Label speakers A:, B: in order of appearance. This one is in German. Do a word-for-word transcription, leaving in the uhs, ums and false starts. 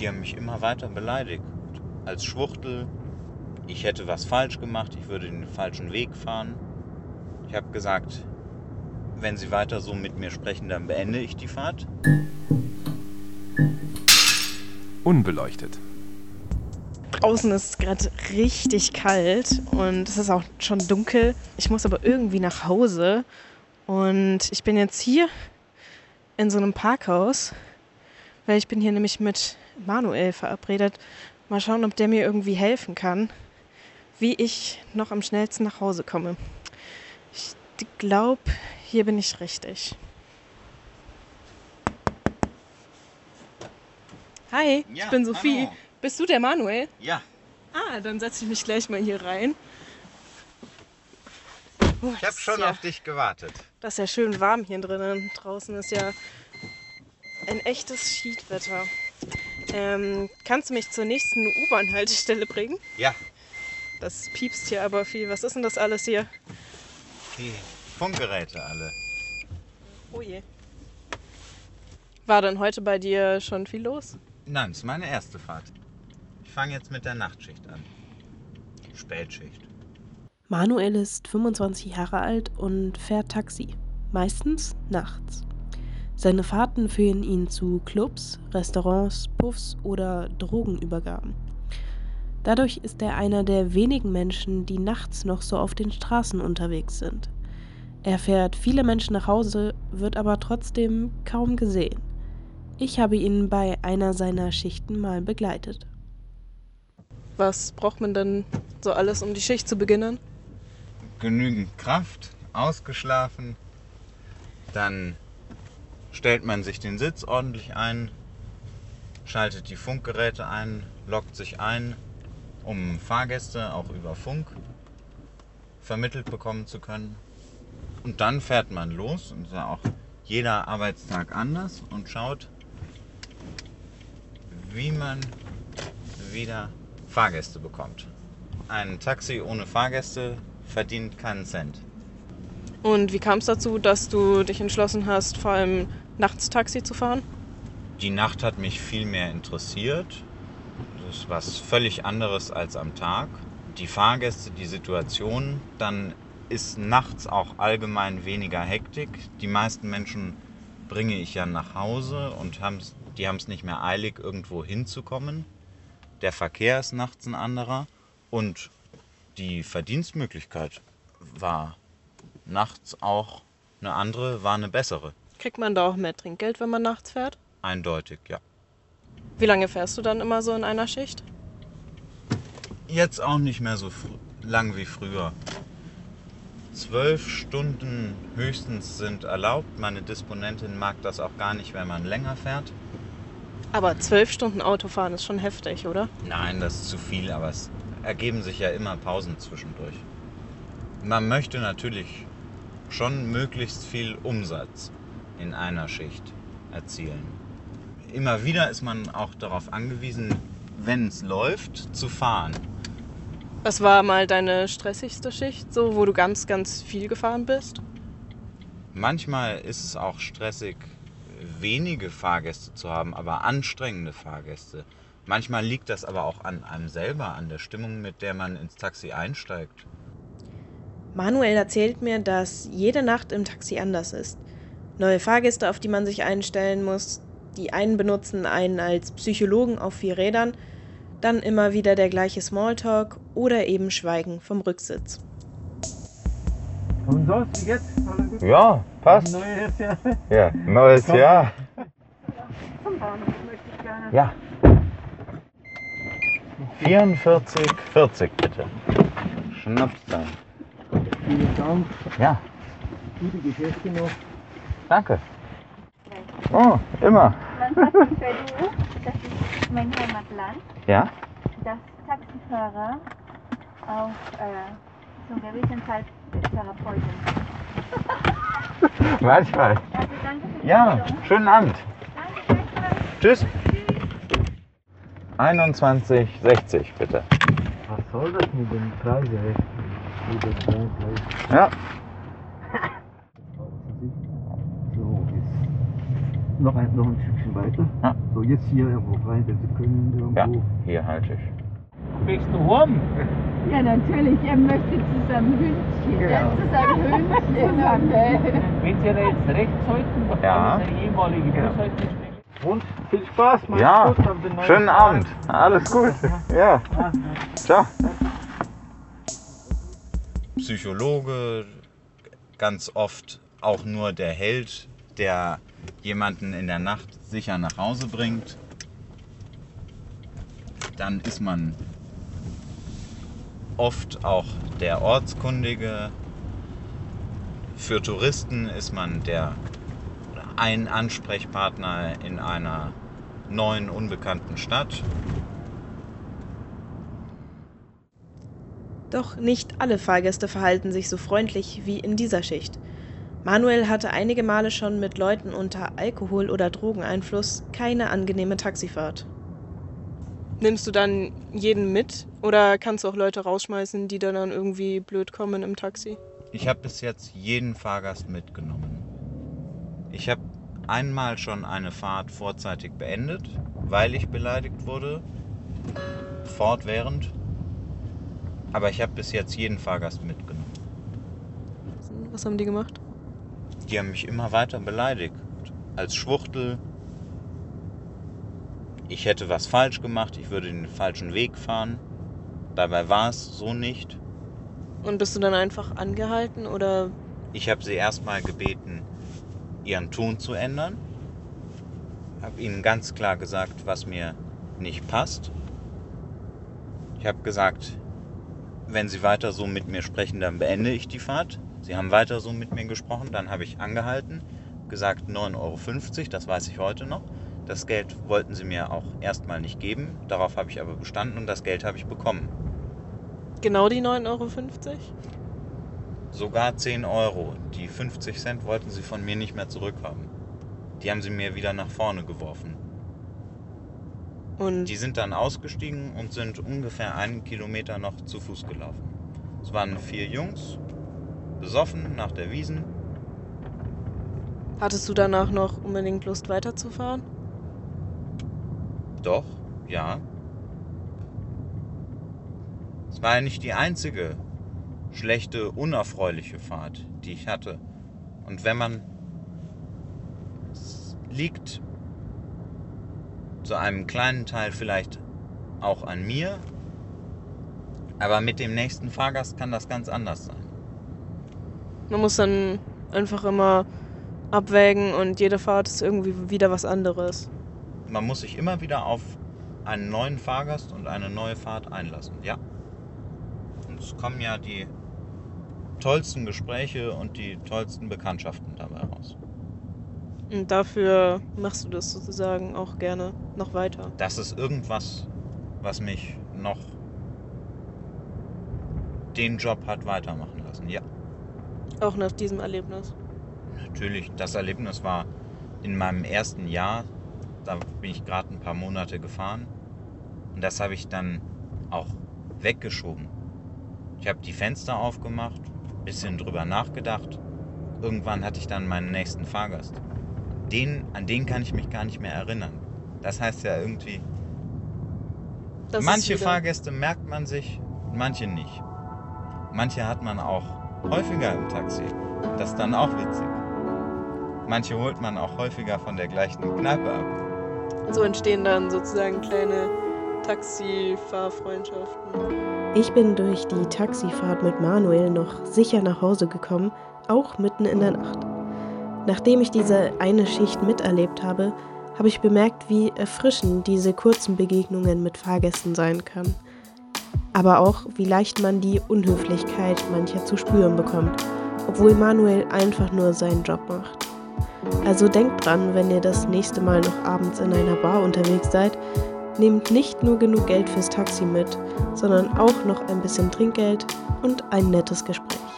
A: die haben mich immer weiter beleidigt. Als Schwuchtel, ich hätte was falsch gemacht, ich würde den falschen Weg fahren. Ich habe gesagt, wenn sie weiter so mit mir sprechen, dann beende ich die Fahrt.
B: Unbeleuchtet.
C: Draußen ist es gerade richtig kalt und es ist auch schon dunkel. Ich muss aber irgendwie nach Hause und ich bin jetzt hier in so einem Parkhaus, weil ich bin hier nämlich mit Manuel verabredet. Mal schauen, ob der mir irgendwie helfen kann, wie ich noch am schnellsten nach Hause komme. Ich glaube, hier bin ich richtig. Hi,
A: Ja,
C: ich bin Sophie.
A: hallo.
C: Bist du der Manuel?
A: Ja,
C: Ah, dann setze ich mich gleich mal hier rein. Oh,
A: ich habe schon
C: ja,
A: auf dich gewartet.
C: das ist ja schön warm hier drinnen. Draußen ist ja ein echtes Schiedwetter. Ähm, kannst du mich zur nächsten U-Bahn-Haltestelle bringen?
A: Ja,
C: Das piepst hier aber viel. Was ist denn das alles hier?
A: die Funkgeräte alle.
C: Oh je. War denn heute bei dir schon viel los?
A: Nein, das ist meine erste Fahrt. Ich fange jetzt mit der Nachtschicht an. Spätschicht.
D: Manuel ist fünfundzwanzig Jahre alt und fährt Taxi, meistens nachts. Seine Fahrten führen ihn zu Clubs, Restaurants, Puffs oder Drogenübergaben. Dadurch ist er einer der wenigen Menschen, die nachts noch so auf den Straßen unterwegs sind. Er fährt viele Menschen nach Hause, wird aber trotzdem kaum gesehen. Ich habe ihn bei einer seiner Schichten mal begleitet.
C: Was braucht man denn so alles, um die Schicht zu beginnen?
A: Genügend Kraft, ausgeschlafen. Dann stellt man sich den Sitz ordentlich ein, schaltet die Funkgeräte ein, loggt sich ein, um Fahrgäste auch über Funk vermittelt bekommen zu können. Und dann fährt man los, und das ist ja auch jeder Arbeitstag anders, und schaut, wie man wieder Fahrgäste bekommt. Ein Taxi ohne Fahrgäste verdient keinen Cent.
C: Und wie kam es dazu, dass du dich entschlossen hast, vor allem nachts Taxi zu fahren?
A: Die Nacht hat mich viel mehr interessiert. Das ist was völlig anderes als am Tag. Die Fahrgäste, die Situation, dann ist nachts auch allgemein weniger Hektik. Die meisten Menschen bringe ich ja nach Hause und haben's, die haben es nicht mehr eilig, irgendwo hinzukommen. Der Verkehr ist nachts ein anderer und die Verdienstmöglichkeit war nachts auch eine andere, war eine bessere.
C: Kriegt man da auch mehr Trinkgeld, wenn man nachts fährt?
A: Eindeutig, ja.
C: Wie lange fährst du dann immer so in einer Schicht?
A: Jetzt auch nicht mehr so fr- lang wie früher. Zwölf Stunden höchstens sind erlaubt. Meine Disponentin mag das auch gar nicht, wenn man länger fährt.
C: Aber zwölf Stunden Autofahren ist schon heftig, oder?
A: Nein, das ist zu viel, aber es ergeben sich ja immer Pausen zwischendurch. Man möchte natürlich schon möglichst viel Umsatz in einer Schicht erzielen. Immer wieder ist man auch darauf angewiesen, wenn es läuft, zu fahren.
C: Was war mal deine stressigste Schicht, so wo du ganz, ganz viel gefahren bist?
A: Manchmal ist es auch stressig, wenige Fahrgäste zu haben, aber anstrengende Fahrgäste. Manchmal liegt das aber auch an einem selber, an der Stimmung, mit der man ins Taxi einsteigt.
D: Manuel erzählt mir, dass jede Nacht im Taxi anders ist. Neue Fahrgäste, auf die man sich einstellen muss. Die einen benutzen einen als Psychologen auf vier Rädern, dann immer wieder der gleiche Smalltalk oder eben Schweigen vom Rücksitz.
E: Und sonst, wie geht's? Alles gut?
A: Ja, passt.
E: Neues Jahr.
A: Ja, neues Jahr.
E: Zum Bahnhof möchte ich gerne.
A: Ja. vierundvierzig vierzig bitte. Schnapszahl.
E: Vielen Dank.
A: Ja,
E: Gute Geschäfte noch.
A: danke. Oh, immer.
F: Man sagt in Peru, das ist mein Heimatland,
A: Ja?
F: dass Taxifahrer auch äh, zum gewissen Teil Therapeuten sind.
A: Manchmal.
F: Also danke für die
A: Ja,
F: Empfehlung.
A: schönen Abend.
F: Danke, gleichfalls.
A: Tschüss. einundzwanzig sechzig bitte.
E: Was soll das mit den Preisen?
A: Ja.
E: So, jetzt noch ein, noch ein Stückchen bisschen weiter.
A: Ja.
E: So, jetzt hier irgendwo rein, wenn Sie können. Irgendwo.
A: Ja, hier halte ich.
G: Bist du heim?
F: Ja, natürlich. Er möchte zu seinem Hündchen.
E: Genau.
F: Ja, zu seinem Hündchen. Okay.
G: Wenn Sie jetzt rechts halten, dann
A: Ja.
G: ist eine ehemalige Bushaltestelle.
E: Und viel Spaß, mach's
A: Ja,
E: gut, auf den neuen
A: schönen
E: Tag.
A: Abend. Alles gut. Ja, ciao. Psychologe, ganz oft auch nur der Held, der jemanden in der Nacht sicher nach Hause bringt. Dann ist man oft auch der Ortskundige. Für Touristen ist man der ein Ansprechpartner in einer neuen, unbekannten Stadt.
D: Doch nicht alle Fahrgäste verhalten sich so freundlich wie in dieser Schicht. Manuel hatte einige Male schon mit Leuten unter Alkohol- oder Drogeneinfluss keine angenehme Taxifahrt.
C: Nimmst du dann jeden mit oder kannst du auch Leute rausschmeißen, die dann irgendwie blöd kommen im Taxi?
A: Ich habe bis jetzt jeden Fahrgast mitgenommen. Ich habe einmal schon eine Fahrt vorzeitig beendet, weil ich beleidigt wurde, fortwährend. Aber ich habe bis jetzt jeden Fahrgast mitgenommen.
C: Was haben die gemacht?
A: Die haben mich immer weiter beleidigt. Als Schwuchtel. Ich hätte was falsch gemacht, ich würde den falschen Weg fahren. Dabei war es so nicht.
C: Und bist du dann einfach angehalten oder?
A: Ich habe sie erstmal gebeten, ihren Ton zu ändern. Habe ihnen ganz klar gesagt, was mir nicht passt. Ich habe gesagt, wenn sie weiter so mit mir sprechen, dann beende ich die Fahrt. Sie haben weiter so mit mir gesprochen, dann habe ich angehalten, gesagt neun Euro fünfzig, das weiß ich heute noch. Das Geld wollten sie mir auch erstmal nicht geben, darauf habe ich aber bestanden und das Geld habe ich bekommen.
C: Genau die neun Euro fünfzig?
A: Sogar zehn Euro. Die fünfzig Cent wollten sie von mir nicht mehr zurückhaben. Die haben sie mir wieder nach vorne geworfen.
C: Und
A: Die sind dann ausgestiegen und sind ungefähr einen Kilometer noch zu Fuß gelaufen. Es waren vier Jungs, besoffen nach der Wiesn.
C: hattest du danach noch unbedingt Lust weiterzufahren?
A: Doch, ja. Es war ja nicht die einzige schlechte, unerfreuliche Fahrt, die ich hatte. Und wenn man... Es liegt zu einem kleinen Teil vielleicht auch an mir, aber mit dem nächsten Fahrgast kann das ganz anders sein.
C: Man muss dann einfach immer abwägen und jede Fahrt ist irgendwie wieder was anderes.
A: Man muss sich immer wieder auf einen neuen Fahrgast und eine neue Fahrt einlassen, ja. Und es kommen ja die tollsten Gespräche und die tollsten Bekanntschaften dabei raus.
C: Und dafür machst du das sozusagen auch gerne noch weiter.
A: Das ist irgendwas, was mich noch den Job hat weitermachen lassen, ja.
C: Auch nach diesem Erlebnis.
A: Natürlich, das Erlebnis war in meinem ersten Jahr, da bin ich gerade ein paar Monate gefahren und das habe ich dann auch weggeschoben. Ich habe die Fenster aufgemacht, ein bisschen drüber nachgedacht. Irgendwann hatte ich dann meinen nächsten Fahrgast. Den, an den kann ich mich gar nicht mehr erinnern. Das heißt ja irgendwie,
C: Das
A: manche
C: ist wieder-
A: Fahrgäste merkt man sich, manche nicht. Manche hat man auch häufiger im Taxi. Das ist dann auch witzig. Manche holt man auch häufiger von der gleichen Kneipe ab.
C: So entstehen dann sozusagen kleine Taxifahrfreundschaften.
D: Ich bin durch die Taxifahrt mit Manuel noch sicher nach Hause gekommen, auch mitten in der Nacht. Nachdem ich diese eine Schicht miterlebt habe, habe ich bemerkt, wie erfrischend diese kurzen Begegnungen mit Fahrgästen sein kann. Aber auch, wie leicht man die Unhöflichkeit mancher zu spüren bekommt, obwohl Manuel einfach nur seinen Job macht. Also denkt dran, wenn ihr das nächste Mal noch abends in einer Bar unterwegs seid, nehmt nicht nur genug Geld fürs Taxi mit, sondern auch noch ein bisschen Trinkgeld und ein nettes Gespräch.